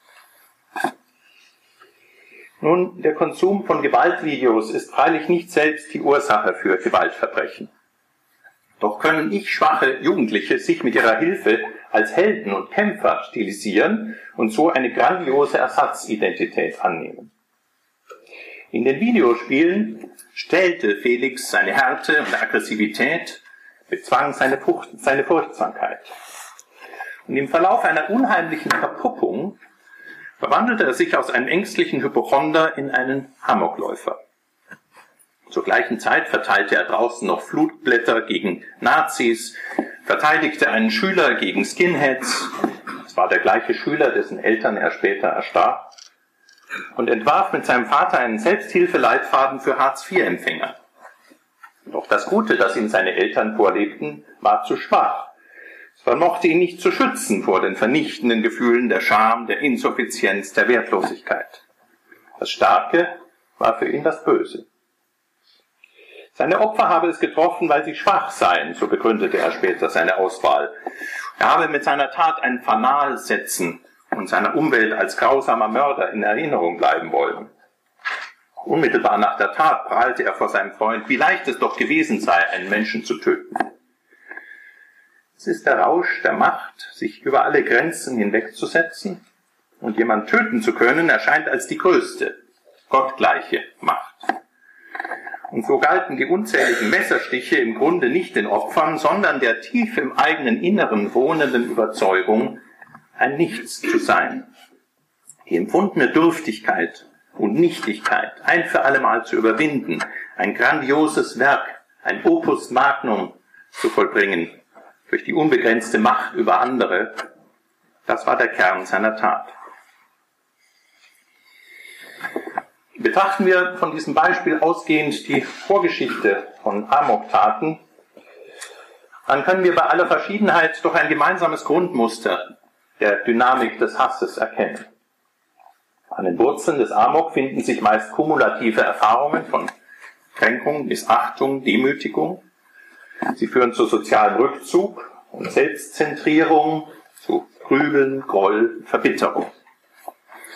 Nun, der Konsum von Gewaltvideos ist freilich nicht selbst die Ursache für Gewaltverbrechen. Doch können ich-schwache Jugendliche sich mit ihrer Hilfe als Helden und Kämpfer stilisieren und so eine grandiose Ersatzidentität annehmen. In den Videospielen stellte Felix seine Härte und Aggressivität, bezwang seine, Furcht, seine Furchtsamkeit. Und im Verlauf einer unheimlichen Verpuppung verwandelte er sich aus einem ängstlichen Hypochonder in einen Amokläufer. Zur gleichen Zeit verteilte er draußen noch Flugblätter gegen Nazis, verteidigte einen Schüler gegen Skinheads, es war der gleiche Schüler, dessen Eltern er später erstarb, und entwarf mit seinem Vater einen Selbsthilfeleitfaden für Hartz vier Empfänger. Doch das Gute, das ihm seine Eltern vorlebten, war zu schwach. Es vermochte ihn nicht zu schützen vor den vernichtenden Gefühlen der Scham, der Insuffizienz, der Wertlosigkeit. Das Starke war für ihn das Böse. Seine Opfer habe es getroffen, weil sie schwach seien, so begründete er später seine Auswahl. Er habe mit seiner Tat ein Fanal setzen und seiner Umwelt als grausamer Mörder in Erinnerung bleiben wollen. Unmittelbar nach der Tat prahlte er vor seinem Freund, wie leicht es doch gewesen sei, einen Menschen zu töten. Es ist der Rausch der Macht, sich über alle Grenzen hinwegzusetzen und jemanden töten zu können, erscheint als die größte, gottgleiche Macht. Und so galten die unzähligen Messerstiche im Grunde nicht den Opfern, sondern der tief im eigenen Inneren wohnenden Überzeugung, ein Nichts zu sein. Die empfundene Dürftigkeit und Nichtigkeit ein für allemal zu überwinden, ein grandioses Werk, ein Opus Magnum zu vollbringen, durch die unbegrenzte Macht über andere, das war der Kern seiner Tat. Betrachten wir von diesem Beispiel ausgehend die Vorgeschichte von Amoktaten, dann können wir bei aller Verschiedenheit doch ein gemeinsames Grundmuster der Dynamik des Hasses erkennen. An den Wurzeln des Amok finden sich meist kumulative Erfahrungen von Kränkung, Missachtung, Demütigung. Sie führen zu sozialem Rückzug und Selbstzentrierung, zu Grübeln, Groll, Verbitterung.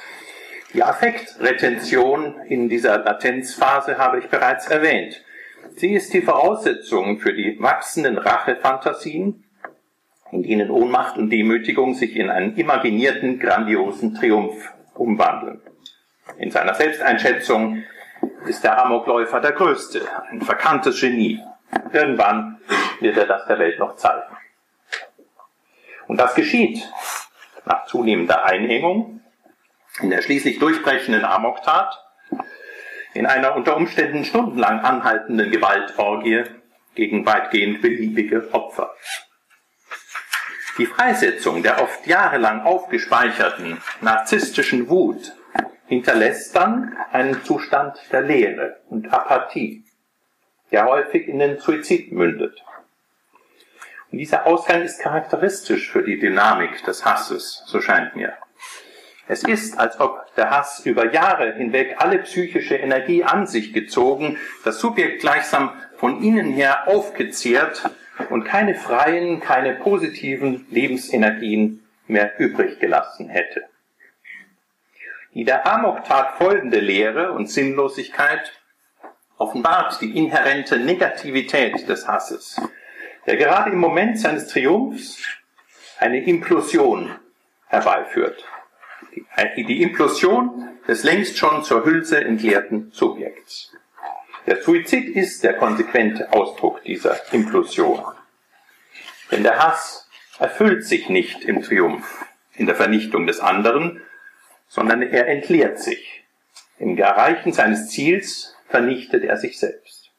Die Affektretention in dieser Latenzphase habe ich bereits erwähnt. Sie ist die Voraussetzung für die wachsenden Rachefantasien, in denen Ohnmacht und Demütigung sich in einen imaginierten, grandiosen Triumph umwandeln. In seiner Selbsteinschätzung ist der Amokläufer der Größte, ein verkanntes Genie. Irgendwann wird er das der Welt noch zeigen. Und das geschieht nach zunehmender Einengung in der schließlich durchbrechenden Amoktat, in einer unter Umständen stundenlang anhaltenden Gewaltorgie gegen weitgehend beliebige Opfer. Die Freisetzung der oft jahrelang aufgespeicherten narzisstischen Wut hinterlässt dann einen Zustand der Leere und Apathie, der häufig in den Suizid mündet. Und dieser Ausgang ist charakteristisch für die Dynamik des Hasses, so scheint mir. Es ist, als ob der Hass über Jahre hinweg alle psychische Energie an sich gezogen, das Subjekt gleichsam von innen her aufgezehrt und keine freien, keine positiven Lebensenergien mehr übrig gelassen hätte. Die der Amoktat folgende Leere und Sinnlosigkeit offenbart die inhärente Negativität des Hasses, der gerade im Moment seines Triumphs eine Implosion herbeiführt. Die, die Implosion des längst schon zur Hülse entleerten Subjekts. Der Suizid ist der konsequente Ausdruck dieser Implosion. Denn der Hass erfüllt sich nicht im Triumph, in der Vernichtung des anderen, sondern er entleert sich. Im Erreichen seines Ziels vernichtet er sich selbst.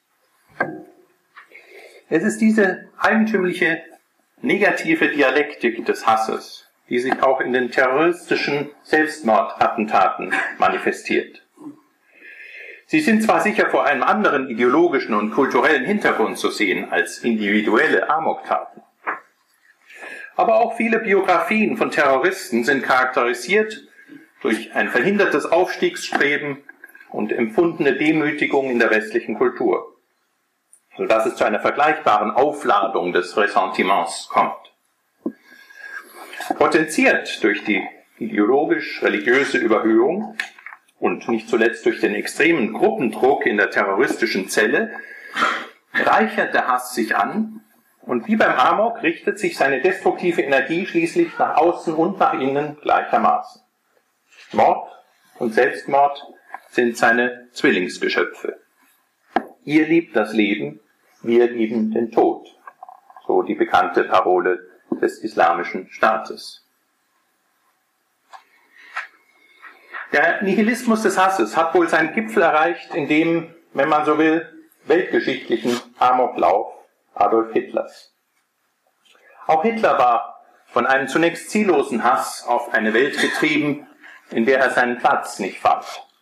Es ist diese eigentümliche negative Dialektik des Hasses, die sich auch in den terroristischen Selbstmordattentaten manifestiert. Sie sind zwar sicher vor einem anderen ideologischen und kulturellen Hintergrund zu sehen als individuelle Amoktaten, aber auch viele Biografien von Terroristen sind charakterisiert durch ein verhindertes Aufstiegsstreben und empfundene Demütigung in der westlichen Kultur, sodass es zu einer vergleichbaren Aufladung des Ressentiments kommt. Potenziert durch die ideologisch-religiöse Überhöhung und nicht zuletzt durch den extremen Gruppendruck in der terroristischen Zelle, reichert der Hass sich an und wie beim Amok richtet sich seine destruktive Energie schließlich nach außen und nach innen gleichermaßen. Mord und Selbstmord sind seine Zwillingsgeschöpfe. Ihr liebt das Leben, wir lieben den Tod, so die bekannte Parole des islamischen Staates. Der Nihilismus des Hasses hat wohl seinen Gipfel erreicht in dem, wenn man so will, weltgeschichtlichen Amoklauf Adolf Hitlers. Auch Hitler war von einem zunächst ziellosen Hass auf eine Welt getrieben, in der er seinen Platz nicht fand.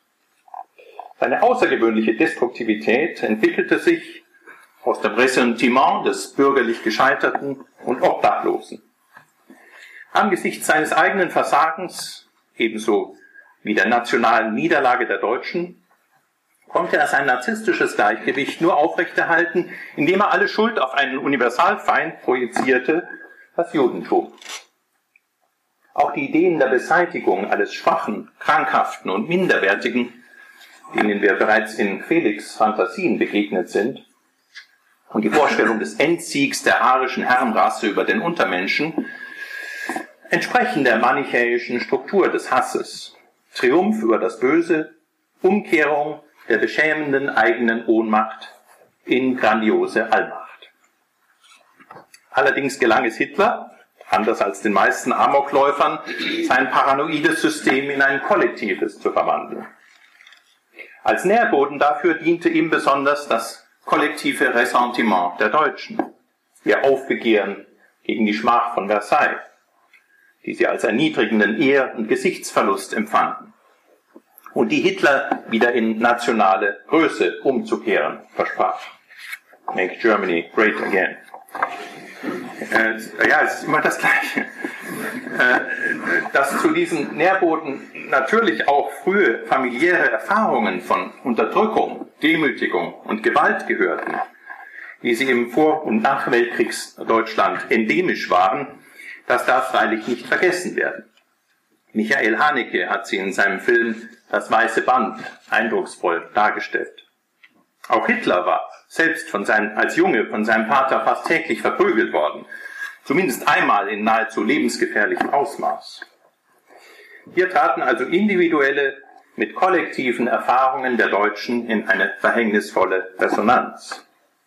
Seine außergewöhnliche Destruktivität entwickelte sich aus dem Ressentiment des bürgerlich Gescheiterten und Obdachlosen. Angesichts seines eigenen Versagens, ebenso wie der nationalen Niederlage der Deutschen, konnte er sein narzisstisches Gleichgewicht nur aufrechterhalten, indem er alle Schuld auf einen Universalfeind projizierte, das Judentum. Auch die Ideen der Beseitigung alles Schwachen, Krankhaften und Minderwertigen, denen wir bereits in Felix' Fantasien begegnet sind, und die Vorstellung des Endsiegs der arischen Herrenrasse über den Untermenschen, entsprechen der manichäischen Struktur des Hasses. Triumph über das Böse, Umkehrung der beschämenden eigenen Ohnmacht in grandiose Allmacht. Allerdings gelang es Hitler, anders als den meisten Amokläufern, sein paranoides System in ein kollektives zu verwandeln. Als Nährboden dafür diente ihm besonders das kollektive Ressentiment der Deutschen, ihr Aufbegehren gegen die Schmach von Versailles, die sie als erniedrigenden Ehr- und Gesichtsverlust empfanden, und die Hitler wieder in nationale Größe umzukehren versprach. Make Germany great again. Äh, ja, es ist immer das Gleiche. Äh, dass zu diesen Nährboden natürlich auch frühe familiäre Erfahrungen von Unterdrückung, Demütigung und Gewalt gehörten, wie sie im Vor- und Nachweltkriegsdeutschland endemisch waren, das darf freilich nicht vergessen werden. Michael Haneke hat sie in seinem Film Das Weiße Band eindrucksvoll dargestellt. Auch Hitler war selbst von seinem, als Junge von seinem Vater fast täglich verprügelt worden, zumindest einmal in nahezu lebensgefährlichem Ausmaß. Hier traten also individuelle mit kollektiven Erfahrungen der Deutschen in eine verhängnisvolle Resonanz.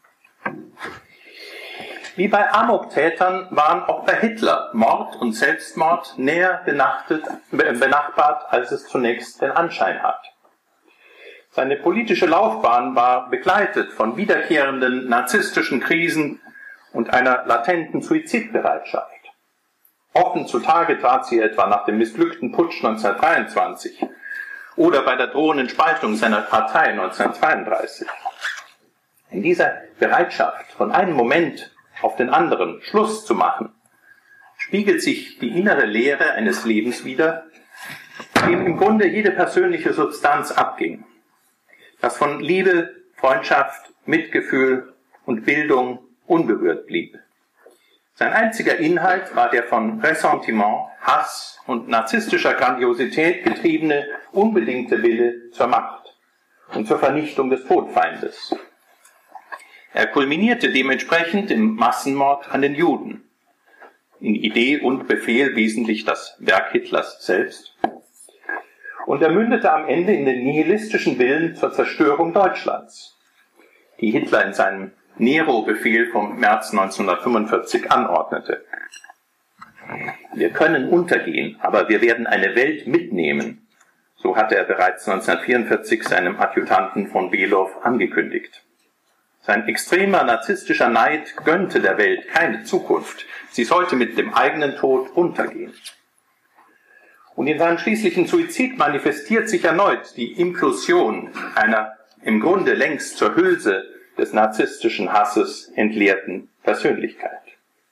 Wie bei Amoktätern waren auch bei Hitler Mord und Selbstmord näher benachbart, als es zunächst den Anschein hat. Seine politische Laufbahn war begleitet von wiederkehrenden narzisstischen Krisen und einer latenten Suizidbereitschaft. Offen zutage trat sie etwa nach dem missglückten Putsch neunzehnhundertdreiundzwanzig oder bei der drohenden Spaltung seiner Partei neunzehnhundertzweiunddreißig. In dieser Bereitschaft, von einem Moment auf den anderen Schluss zu machen, spiegelt sich die innere Leere eines Lebens wider, dem im Grunde jede persönliche Substanz abging, das von Liebe, Freundschaft, Mitgefühl und Bildung unberührt blieb. Sein einziger Inhalt war der von Ressentiment, Hass und narzisstischer Grandiosität getriebene, unbedingte Wille zur Macht und zur Vernichtung des Todfeindes. Er kulminierte dementsprechend im Massenmord an den Juden. In Idee und Befehl wesentlich das Werk Hitlers selbst. Und er mündete am Ende in den nihilistischen Willen zur Zerstörung Deutschlands, die Hitler in seinem Nero-Befehl vom März neunzehnhundertfünfundvierzig anordnete. Wir können untergehen, aber wir werden eine Welt mitnehmen, so hatte er bereits neunzehnhundertvierundvierzig seinem Adjutanten von Below angekündigt. Sein extremer narzisstischer Neid gönnte der Welt keine Zukunft. Sie sollte mit dem eigenen Tod untergehen. Und in seinem schließlichen Suizid manifestiert sich erneut die Implosion einer im Grunde längst zur Hülse des narzisstischen Hasses entleerten Persönlichkeit.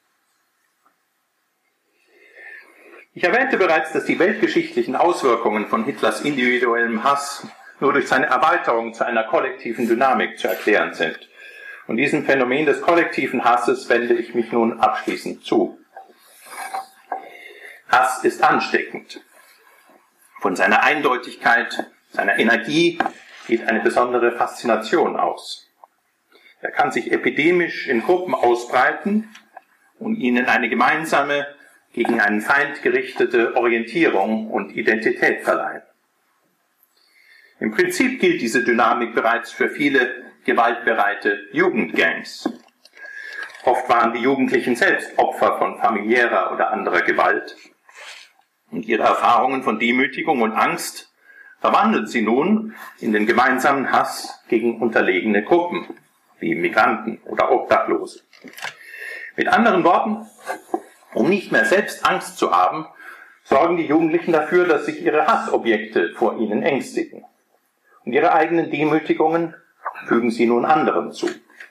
Ich erwähnte bereits, dass die weltgeschichtlichen Auswirkungen von Hitlers individuellem Hass nur durch seine Erweiterung zu einer kollektiven Dynamik zu erklären sind. Und diesem Phänomen des kollektiven Hasses wende ich mich nun abschließend zu. Hass ist ansteckend. Von seiner Eindeutigkeit, seiner Energie geht eine besondere Faszination aus. Er kann sich epidemisch in Gruppen ausbreiten und ihnen eine gemeinsame, gegen einen Feind gerichtete Orientierung und Identität verleihen. Im Prinzip gilt diese Dynamik bereits für viele gewaltbereite Jugendgangs. Oft waren die Jugendlichen selbst Opfer von familiärer oder anderer Gewalt. Und ihre Erfahrungen von Demütigung und Angst verwandeln sie nun in den gemeinsamen Hass gegen unterlegene Gruppen, wie Migranten oder Obdachlose. Mit anderen Worten, um nicht mehr selbst Angst zu haben, sorgen die Jugendlichen dafür, dass sich ihre Hassobjekte vor ihnen ängstigen. Und ihre eigenen Demütigungen fügen sie nun anderen zu.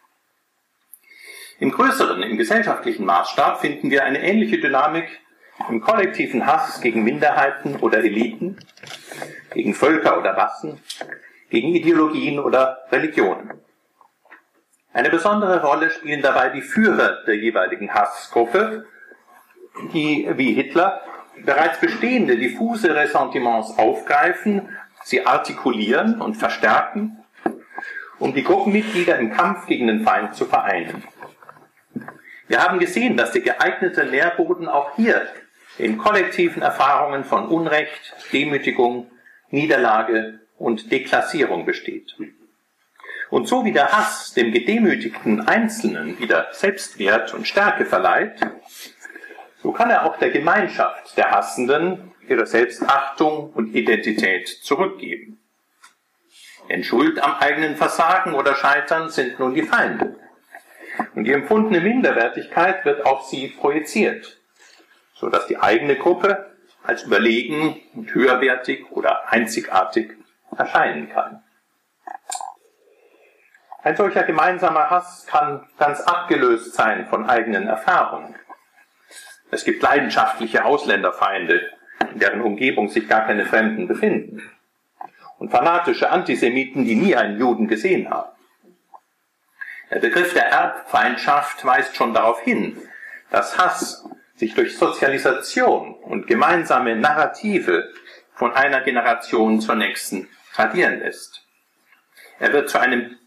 Im größeren, im gesellschaftlichen Maßstab finden wir eine ähnliche Dynamik im kollektiven Hass gegen Minderheiten oder Eliten, gegen Völker oder Rassen, gegen Ideologien oder Religionen. Eine besondere Rolle spielen dabei die Führer der jeweiligen Hassgruppe, die, wie Hitler, bereits bestehende diffuse Ressentiments aufgreifen, sie artikulieren und verstärken, um die Gruppenmitglieder im Kampf gegen den Feind zu vereinen. Wir haben gesehen, dass der geeignete Nährboden auch hier in kollektiven Erfahrungen von Unrecht, Demütigung, Niederlage und Deklassierung besteht. Und so wie der Hass dem gedemütigten Einzelnen wieder Selbstwert und Stärke verleiht, so kann er auch der Gemeinschaft der Hassenden ihre Selbstachtung und Identität zurückgeben. Denn Schuld am eigenen Versagen oder Scheitern sind nun die Feinde. Und die empfundene Minderwertigkeit wird auf sie projiziert, sodass die eigene Gruppe als überlegen und höherwertig oder einzigartig erscheinen kann. Ein solcher gemeinsamer Hass kann ganz abgelöst sein von eigenen Erfahrungen. Es gibt leidenschaftliche Ausländerfeinde, in deren Umgebung sich gar keine Fremden befinden. Und fanatische Antisemiten, die nie einen Juden gesehen haben. Der Begriff der Erbfeindschaft weist schon darauf hin, dass Hass sich durch Sozialisation und gemeinsame Narrative von einer Generation zur nächsten tradieren lässt. Er wird zu einem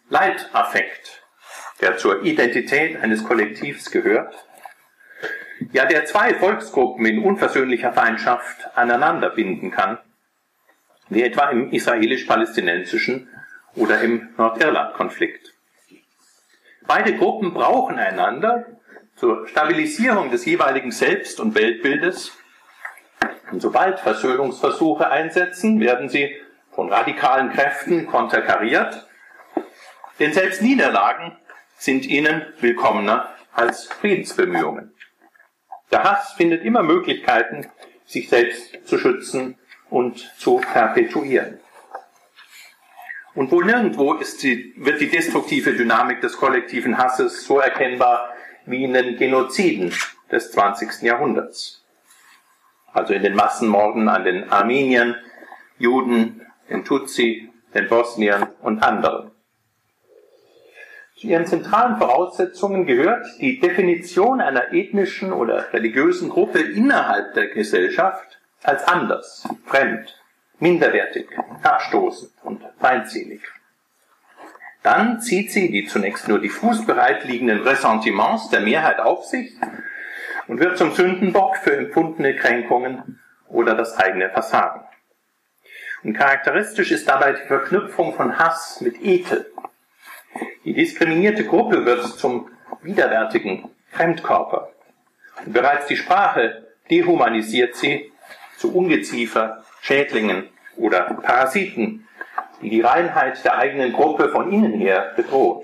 Leitaffekt, der zur Identität eines Kollektivs gehört, ja, der zwei Volksgruppen in unversöhnlicher Feindschaft aneinander binden kann, wie etwa im israelisch-palästinensischen oder im Nordirland-Konflikt. Beide Gruppen brauchen einander zur Stabilisierung des jeweiligen Selbst- und Weltbildes. Und sobald Versöhnungsversuche einsetzen, werden sie von radikalen Kräften konterkariert, denn selbst Niederlagen sind ihnen willkommener als Friedensbemühungen. Der Hass findet immer Möglichkeiten, sich selbst zu schützen und zu perpetuieren. Und wohl nirgendwo ist die, wird die destruktive Dynamik des kollektiven Hasses so erkennbar wie in den Genoziden des zwanzigsten Jahrhunderts. Also in den Massenmorden an den Armeniern, Juden, den Tutsi, den Bosniern und anderen. Zu ihren zentralen Voraussetzungen gehört die Definition einer ethnischen oder religiösen Gruppe innerhalb der Gesellschaft als anders, fremd, minderwertig, abstoßend und feindselig. Dann zieht sie die zunächst nur diffus bereit liegenden Ressentiments der Mehrheit auf sich und wird zum Sündenbock für empfundene Kränkungen oder das eigene Versagen. Und charakteristisch ist dabei die Verknüpfung von Hass mit Ekel. Die diskriminierte Gruppe wird zum widerwärtigen Fremdkörper. Und bereits die Sprache dehumanisiert sie zu Ungeziefer, Schädlingen oder Parasiten, die die Reinheit der eigenen Gruppe von innen her bedrohen.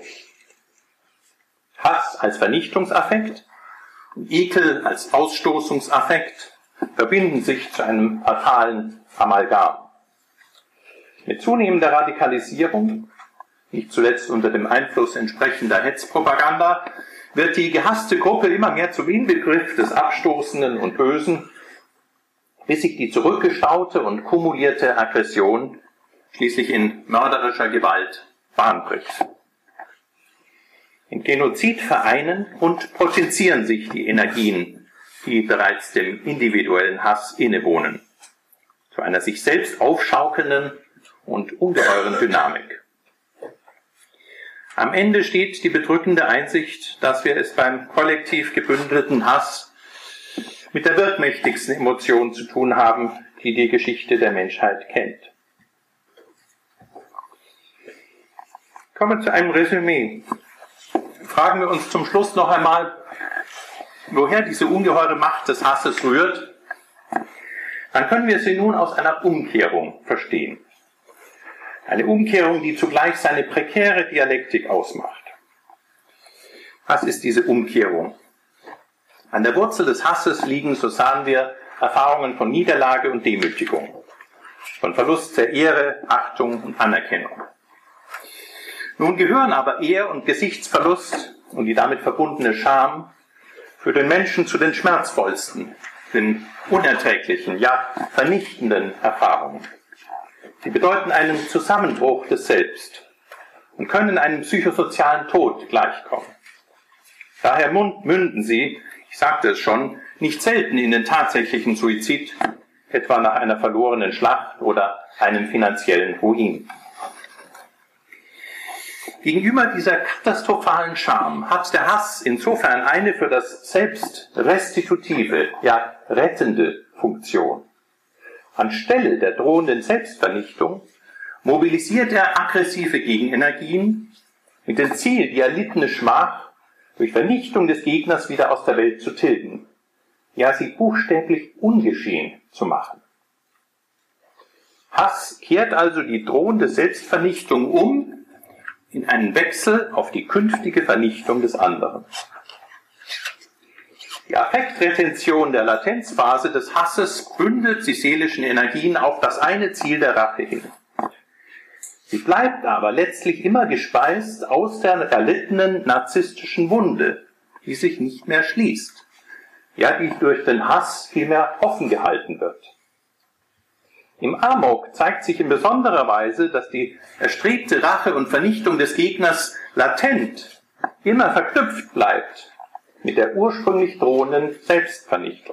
Hass als Vernichtungsaffekt und Ekel als Ausstoßungsaffekt verbinden sich zu einem fatalen Amalgam. Mit zunehmender Radikalisierung, nicht zuletzt unter dem Einfluss entsprechender Hetzpropaganda, wird die gehasste Gruppe immer mehr zum Inbegriff des Abstoßenden und Bösen, bis sich die zurückgestaute und kumulierte Aggression schließlich in mörderischer Gewalt Bahn bricht. In Genozid vereinen und potenzieren sich die Energien, die bereits dem individuellen Hass innewohnen, zu einer sich selbst aufschaukelnden und ungeheuren Dynamik. Am Ende steht die bedrückende Einsicht, dass wir es beim kollektiv gebündelten Hass mit der wirkmächtigsten Emotion zu tun haben, die die Geschichte der Menschheit kennt. Kommen wir zu einem Resümee. Fragen wir uns zum Schluss noch einmal, woher diese ungeheure Macht des Hasses rührt. Dann können wir sie nun aus einer Umkehrung verstehen. Eine Umkehrung, die zugleich seine prekäre Dialektik ausmacht. Was ist diese Umkehrung? An der Wurzel des Hasses liegen, so sahen wir, Erfahrungen von Niederlage und Demütigung, von Verlust der Ehre, Achtung und Anerkennung. Nun gehören aber Ehr- und Gesichtsverlust und die damit verbundene Scham für den Menschen zu den schmerzvollsten, den unerträglichen, ja vernichtenden Erfahrungen. Sie bedeuten einen Zusammenbruch des Selbst und können einem psychosozialen Tod gleichkommen. Daher münden sie, ich sagte es schon, nicht selten in den tatsächlichen Suizid, etwa nach einer verlorenen Schlacht oder einem finanziellen Ruin. Gegenüber dieser katastrophalen Scham hat der Hass insofern eine für das Selbst restitutive, ja rettende Funktion. Anstelle der drohenden Selbstvernichtung mobilisiert er aggressive Gegenenergien mit dem Ziel, die erlittene Schmach durch Vernichtung des Gegners wieder aus der Welt zu tilgen, ja sie buchstäblich ungeschehen zu machen. Hass kehrt also die drohende Selbstvernichtung um in einen Wechsel auf die künftige Vernichtung des anderen. Die Affektretention der Latenzphase des Hasses bündelt die seelischen Energien auf das eine Ziel der Rache hin. Sie bleibt aber letztlich immer gespeist aus der erlittenen narzisstischen Wunde, die sich nicht mehr schließt, ja, die durch den Hass vielmehr offen gehalten wird. Im Amok zeigt sich in besonderer Weise, dass die erstrebte Rache und Vernichtung des Gegners latent, immer verknüpft bleibt mit der ursprünglich drohenden Selbstvernichtung.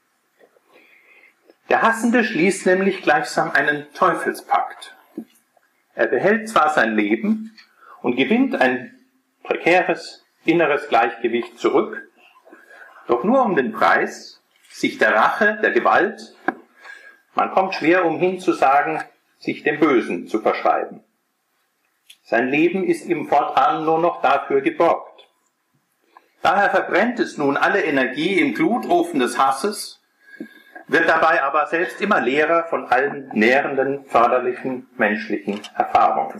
Der Hassende schließt nämlich gleichsam einen Teufelspakt. Er behält zwar sein Leben und gewinnt ein prekäres inneres Gleichgewicht zurück, doch nur um den Preis, sich der Rache, der Gewalt, man kommt schwer umhin zu sagen, sich dem Bösen zu verschreiben. Sein Leben ist ihm fortan nur noch dafür geborgt. Daher verbrennt es nun alle Energie im Glutofen des Hasses, wird dabei aber selbst immer leerer von allen nährenden, förderlichen menschlichen Erfahrungen.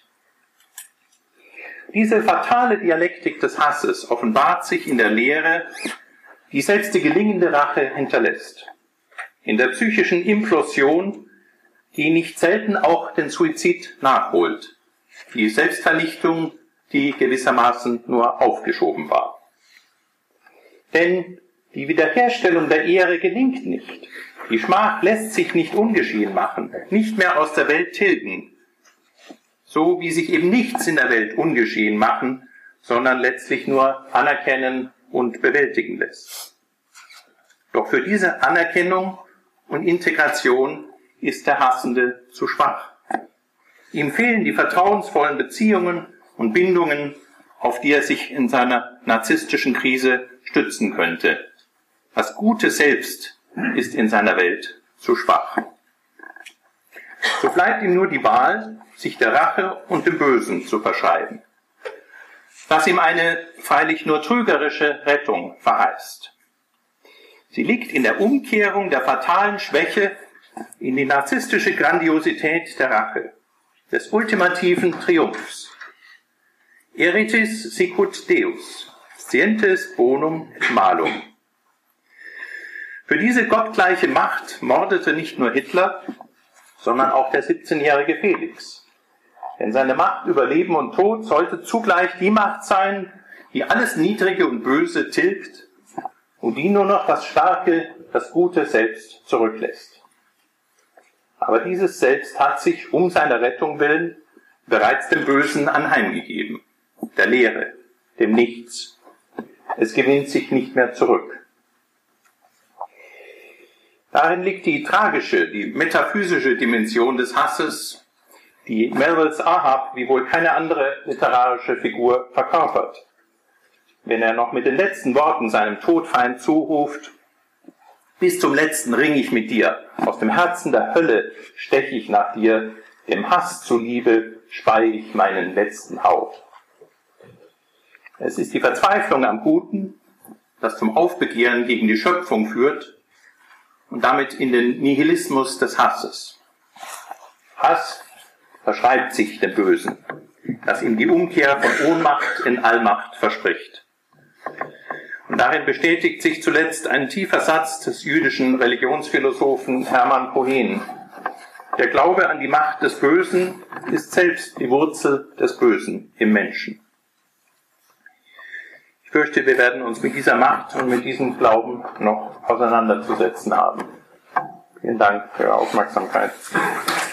Diese fatale Dialektik des Hasses offenbart sich in der Lehre, die selbst die gelingende Rache hinterlässt. In der psychischen Implosion, die nicht selten auch den Suizid nachholt. Die Selbstvernichtung, die gewissermaßen nur aufgeschoben war. Denn die Wiederherstellung der Ehre gelingt nicht. Die Schmach lässt sich nicht ungeschehen machen, nicht mehr aus der Welt tilgen. So wie sich eben nichts in der Welt ungeschehen machen, sondern letztlich nur anerkennen und bewältigen lässt. Doch für diese Anerkennung und Integration ist der Hassende zu schwach. Ihm fehlen die vertrauensvollen Beziehungen und Bindungen, auf die er sich in seiner narzisstischen Krise stützen könnte. Das Gute selbst ist in seiner Welt zu schwach. So bleibt ihm nur die Wahl, sich der Rache und dem Bösen zu verschreiben, was ihm eine freilich nur trügerische Rettung verheißt. Sie liegt in der Umkehrung der fatalen Schwäche in die narzisstische Grandiosität der Rache, des ultimativen Triumphs. Eritis sicut Deus, scientes bonum malum. Für diese gottgleiche Macht mordete nicht nur Hitler, sondern auch der siebzehnjährige Felix. Denn seine Macht über Leben und Tod sollte zugleich die Macht sein, die alles Niedrige und Böse tilgt und die nur noch das Starke, das Gute selbst zurücklässt. Aber dieses Selbst hat sich um seiner Rettung willen bereits dem Bösen anheimgegeben, der Leere, dem Nichts. Es gewinnt sich nicht mehr zurück. Darin liegt die tragische, die metaphysische Dimension des Hasses, die Melvilles Ahab wie wohl keine andere literarische Figur verkörpert. Wenn er noch mit den letzten Worten seinem Todfeind zuruft: Bis zum letzten ring ich mit dir, aus dem Herzen der Hölle stech ich nach dir, dem Hass zuliebe spei ich meinen letzten Hauch. Es ist die Verzweiflung am Guten, das zum Aufbegehren gegen die Schöpfung führt und damit in den Nihilismus des Hasses. Hass verschreibt sich dem Bösen, das ihm die Umkehr von Ohnmacht in Allmacht verspricht. Und darin bestätigt sich zuletzt ein tiefer Satz des jüdischen Religionsphilosophen Hermann Cohen: Der Glaube an die Macht des Bösen ist selbst die Wurzel des Bösen im Menschen. Ich fürchte, wir werden uns mit dieser Macht und mit diesem Glauben noch auseinanderzusetzen haben. Vielen Dank für Ihre Aufmerksamkeit.